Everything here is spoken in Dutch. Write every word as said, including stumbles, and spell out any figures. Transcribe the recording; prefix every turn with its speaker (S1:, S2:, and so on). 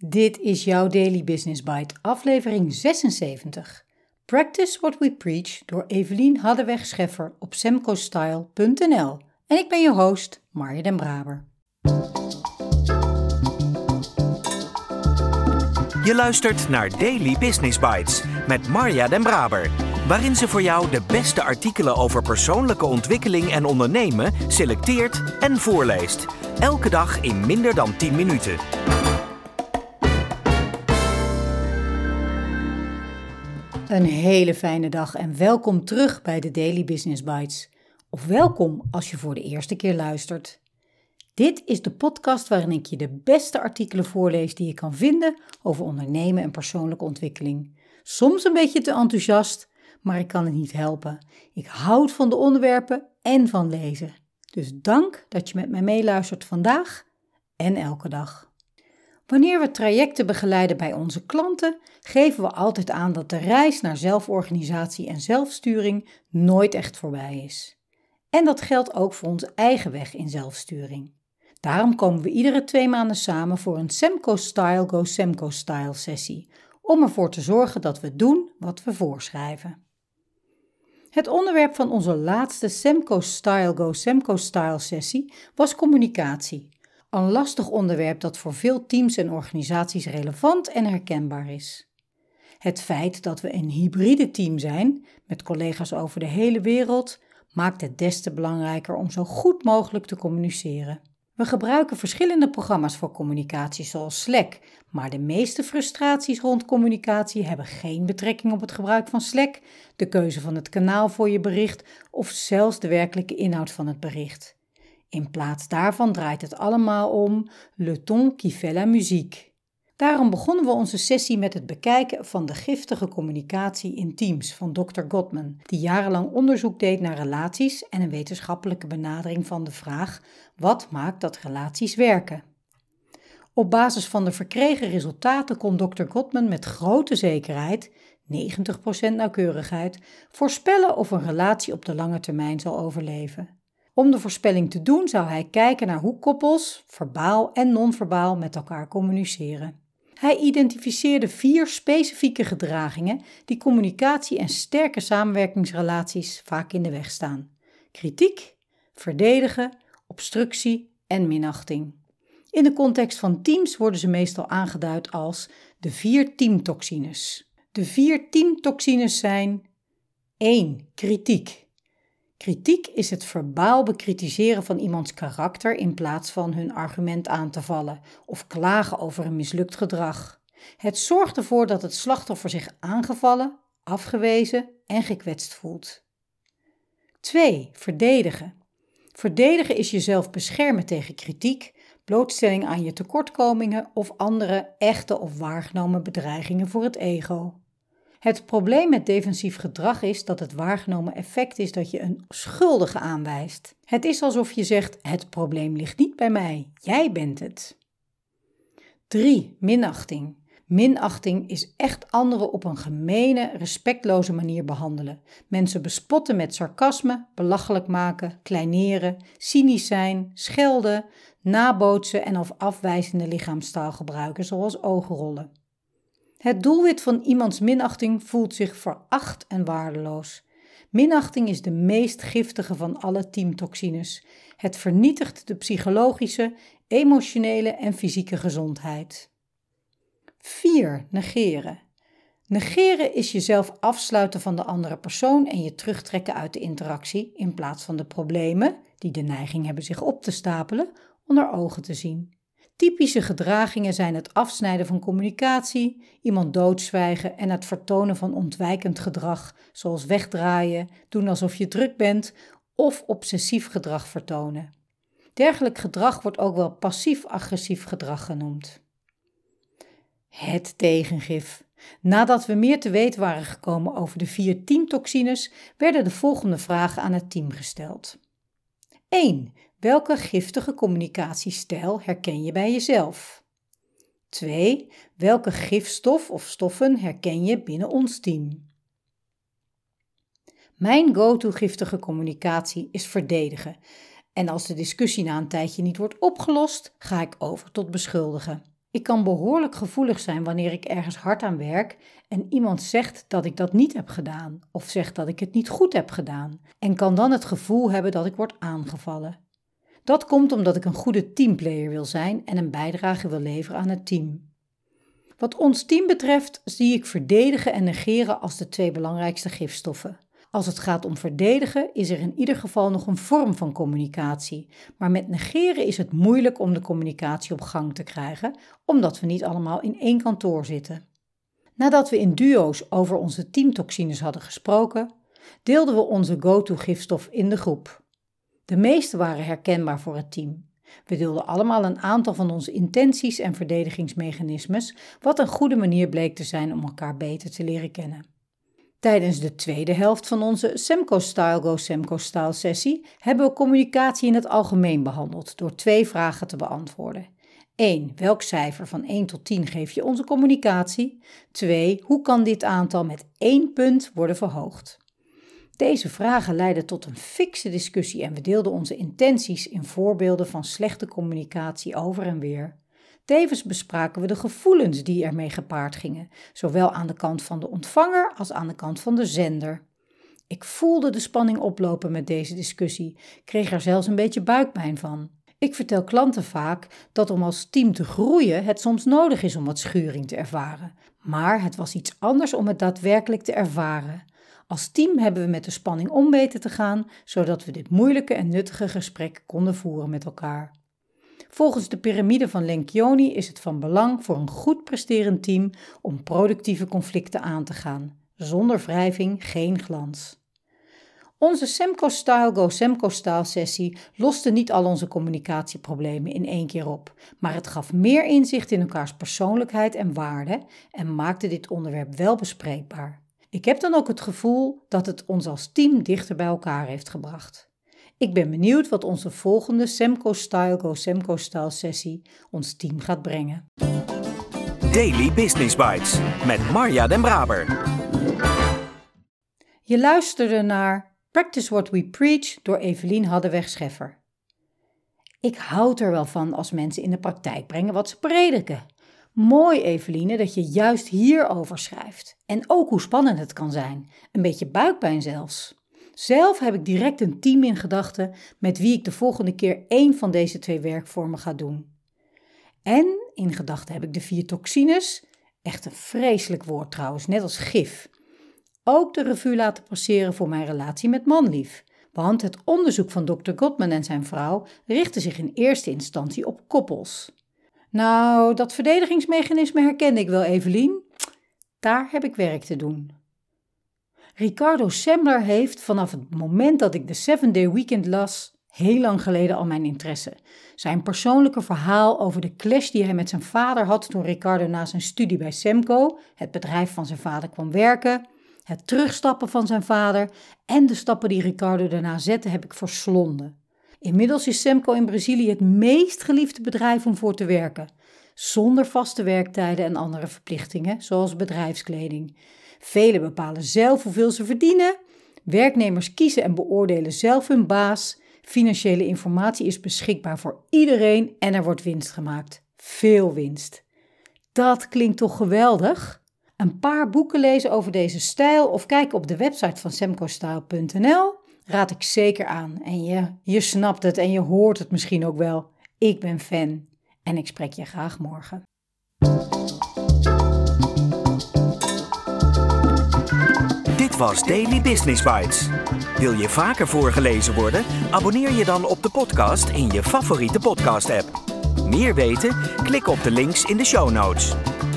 S1: Dit is jouw Daily Business Bite, aflevering zesenzeventig. Practice What We Preach door Evelien Haddeweg-Scheffer op semcostyle punt n l. En ik ben je host, Marja den Braber.
S2: Je luistert naar Daily Business Bites met Marja den Braber, waarin ze voor jou de beste artikelen over persoonlijke ontwikkeling en ondernemen selecteert en voorleest. Elke dag in minder dan tien minuten.
S1: Een hele fijne dag en welkom terug bij de Daily Business Bites. Of welkom als je voor de eerste keer luistert. Dit is de podcast waarin ik je de beste artikelen voorlees die je kan vinden over ondernemen en persoonlijke ontwikkeling. Soms een beetje te enthousiast, maar ik kan het niet helpen. Ik houd van de onderwerpen en van lezen. Dus dank dat je met mij meeluistert vandaag en elke dag. Wanneer we trajecten begeleiden bij onze klanten, geven we altijd aan dat de reis naar zelforganisatie en zelfsturing nooit echt voorbij is. En dat geldt ook voor onze eigen weg in zelfsturing. Daarom komen we iedere twee maanden samen voor een Semco Style Go Semco Style sessie, om ervoor te zorgen dat we doen wat we voorschrijven. Het onderwerp van onze laatste Semco Style Go Semco Style sessie was communicatie. Een lastig onderwerp dat voor veel teams en organisaties relevant en herkenbaar is. Het feit dat we een hybride team zijn, met collega's over de hele wereld, maakt het des te belangrijker om zo goed mogelijk te communiceren. We gebruiken verschillende programma's voor communicatie zoals Slack, maar de meeste frustraties rond communicatie hebben geen betrekking op het gebruik van Slack, de keuze van het kanaal voor je bericht of zelfs de werkelijke inhoud van het bericht. In plaats daarvan draait het allemaal om le ton qui fait la musique. Daarom begonnen we onze sessie met het bekijken van de giftige communicatie in teams van dokter Gottman, die jarenlang onderzoek deed naar relaties en een wetenschappelijke benadering van de vraag: wat maakt dat relaties werken? Op basis van de verkregen resultaten kon dokter Gottman met grote zekerheid, negentig procent nauwkeurigheid, voorspellen of een relatie op de lange termijn zal overleven. Om de voorspelling te doen zou hij kijken naar hoe koppels, verbaal en non-verbaal, met elkaar communiceren. Hij identificeerde vier specifieke gedragingen die communicatie en sterke samenwerkingsrelaties vaak in de weg staan: kritiek, verdedigen, obstructie en minachting. In de context van teams worden ze meestal aangeduid als de vier teamtoxines. De vier teamtoxines zijn één. Kritiek. Kritiek is het verbaal bekritiseren van iemands karakter in plaats van hun argument aan te vallen of klagen over een mislukt gedrag. Het zorgt ervoor dat het slachtoffer zich aangevallen, afgewezen en gekwetst voelt. twee. Verdedigen. Verdedigen is jezelf beschermen tegen kritiek, blootstelling aan je tekortkomingen of andere echte of waargenomen bedreigingen voor het ego. Het probleem met defensief gedrag is dat het waargenomen effect is dat je een schuldige aanwijst. Het is alsof je zegt: het probleem ligt niet bij mij, jij bent het. drie. Minachting. Minachting is echt anderen op een gemene, respectloze manier behandelen. Mensen bespotten met sarcasme, belachelijk maken, kleineren, cynisch zijn, schelden, nabootsen en of afwijzende lichaamstaal gebruiken zoals oogrollen. Het doelwit van iemands minachting voelt zich veracht en waardeloos. Minachting is de meest giftige van alle teamtoxines. Het vernietigt de psychologische, emotionele en fysieke gezondheid. vier. Negeren. Negeren is jezelf afsluiten van de andere persoon en je terugtrekken uit de interactie in plaats van de problemen, die de neiging hebben zich op te stapelen, onder ogen te zien. Typische gedragingen zijn het afsnijden van communicatie, iemand doodzwijgen en het vertonen van ontwijkend gedrag, zoals wegdraaien, doen alsof je druk bent of obsessief gedrag vertonen. Dergelijk gedrag wordt ook wel passief-agressief gedrag genoemd. Het tegengif. Nadat we meer te weten waren gekomen over de vier teamtoxines, werden de volgende vragen aan het team gesteld. één. Welke giftige communicatiestijl herken je bij jezelf? twee. Welke gifstof of stoffen herken je binnen ons team? Mijn go-to giftige communicatie is verdedigen. En als de discussie na een tijdje niet wordt opgelost, ga ik over tot beschuldigen. Ik kan behoorlijk gevoelig zijn wanneer ik ergens hard aan werk en iemand zegt dat ik dat niet heb gedaan of zegt dat ik het niet goed heb gedaan en kan dan het gevoel hebben dat ik word aangevallen. Dat komt omdat ik een goede teamplayer wil zijn en een bijdrage wil leveren aan het team. Wat ons team betreft zie ik verdedigen en negeren als de twee belangrijkste gifstoffen. Als het gaat om verdedigen is er in ieder geval nog een vorm van communicatie, maar met negeren is het moeilijk om de communicatie op gang te krijgen, omdat we niet allemaal in één kantoor zitten. Nadat we in duo's over onze teamtoxines hadden gesproken, deelden we onze go-to-gifstof in de groep. De meeste waren herkenbaar voor het team. We deelden allemaal een aantal van onze intenties en verdedigingsmechanismes, wat een goede manier bleek te zijn om elkaar beter te leren kennen. Tijdens de tweede helft van onze Semco Style Go Semco Style sessie hebben we communicatie in het algemeen behandeld door twee vragen te beantwoorden. één. Welk cijfer van één tot tien geef je onze communicatie? twee. Hoe kan dit aantal met één punt worden verhoogd? Deze vragen leidden tot een fikse discussie en we deelden onze intenties in voorbeelden van slechte communicatie over en weer. Tevens bespraken we de gevoelens die ermee gepaard gingen, zowel aan de kant van de ontvanger als aan de kant van de zender. Ik voelde de spanning oplopen met deze discussie, kreeg er zelfs een beetje buikpijn van. Ik vertel klanten vaak dat om als team te groeien het soms nodig is om wat schuring te ervaren. Maar het was iets anders om het daadwerkelijk te ervaren. Als team hebben we met de spanning om weten te gaan, zodat we dit moeilijke en nuttige gesprek konden voeren met elkaar. Volgens de piramide van Lencioni is het van belang voor een goed presterend team om productieve conflicten aan te gaan. Zonder wrijving geen glans. Onze Semco Style Go Semco Style sessie loste niet al onze communicatieproblemen in één keer op, maar het gaf meer inzicht in elkaars persoonlijkheid en waarden en maakte dit onderwerp wel bespreekbaar. Ik heb dan ook het gevoel dat het ons als team dichter bij elkaar heeft gebracht. Ik ben benieuwd wat onze volgende Semco Style Go Semco Style sessie ons team gaat brengen.
S2: Daily Business Bites met Marja Den Braber.
S1: Je luisterde naar Practice What We Preach door Evelien Haddeweg-Scheffer. Ik houd er wel van als mensen in de praktijk brengen wat ze prediken. Mooi, Eveline, dat je juist hierover schrijft. En ook hoe spannend het kan zijn. Een beetje buikpijn zelfs. Zelf heb ik direct een team in gedachten met wie ik de volgende keer één van deze twee werkvormen ga doen. En in gedachten heb ik de vier toxines, echt een vreselijk woord trouwens, net als gif. Ook de revue laten passeren voor mijn relatie met manlief. Want het onderzoek van dokter Gottman en zijn vrouw richtte zich in eerste instantie op koppels. Nou, dat verdedigingsmechanisme herkende ik wel, Evelien. Daar heb ik werk te doen. Ricardo Semler heeft vanaf het moment dat ik de Seven Day Weekend las, heel lang geleden al mijn interesse. Zijn persoonlijke verhaal over de clash die hij met zijn vader had toen Ricardo na zijn studie bij Semco, het bedrijf van zijn vader, kwam werken, het terugstappen van zijn vader en de stappen die Ricardo daarna zette, heb ik verslonden. Inmiddels is Semco in Brazilië het meest geliefde bedrijf om voor te werken, zonder vaste werktijden en andere verplichtingen, zoals bedrijfskleding. Velen bepalen zelf hoeveel ze verdienen, werknemers kiezen en beoordelen zelf hun baas, financiële informatie is beschikbaar voor iedereen en er wordt winst gemaakt. Veel winst. Dat klinkt toch geweldig? Een paar boeken lezen over deze stijl of kijken op de website van semco style punt n l raad ik zeker aan. En je, je snapt het en je hoort het misschien ook wel. Ik ben fan en ik spreek je graag morgen.
S2: Dit was Daily Business Bites. Wil je vaker voorgelezen worden? Abonneer je dan op de podcast in je favoriete podcast-app. Meer weten? Klik op de links in de show notes.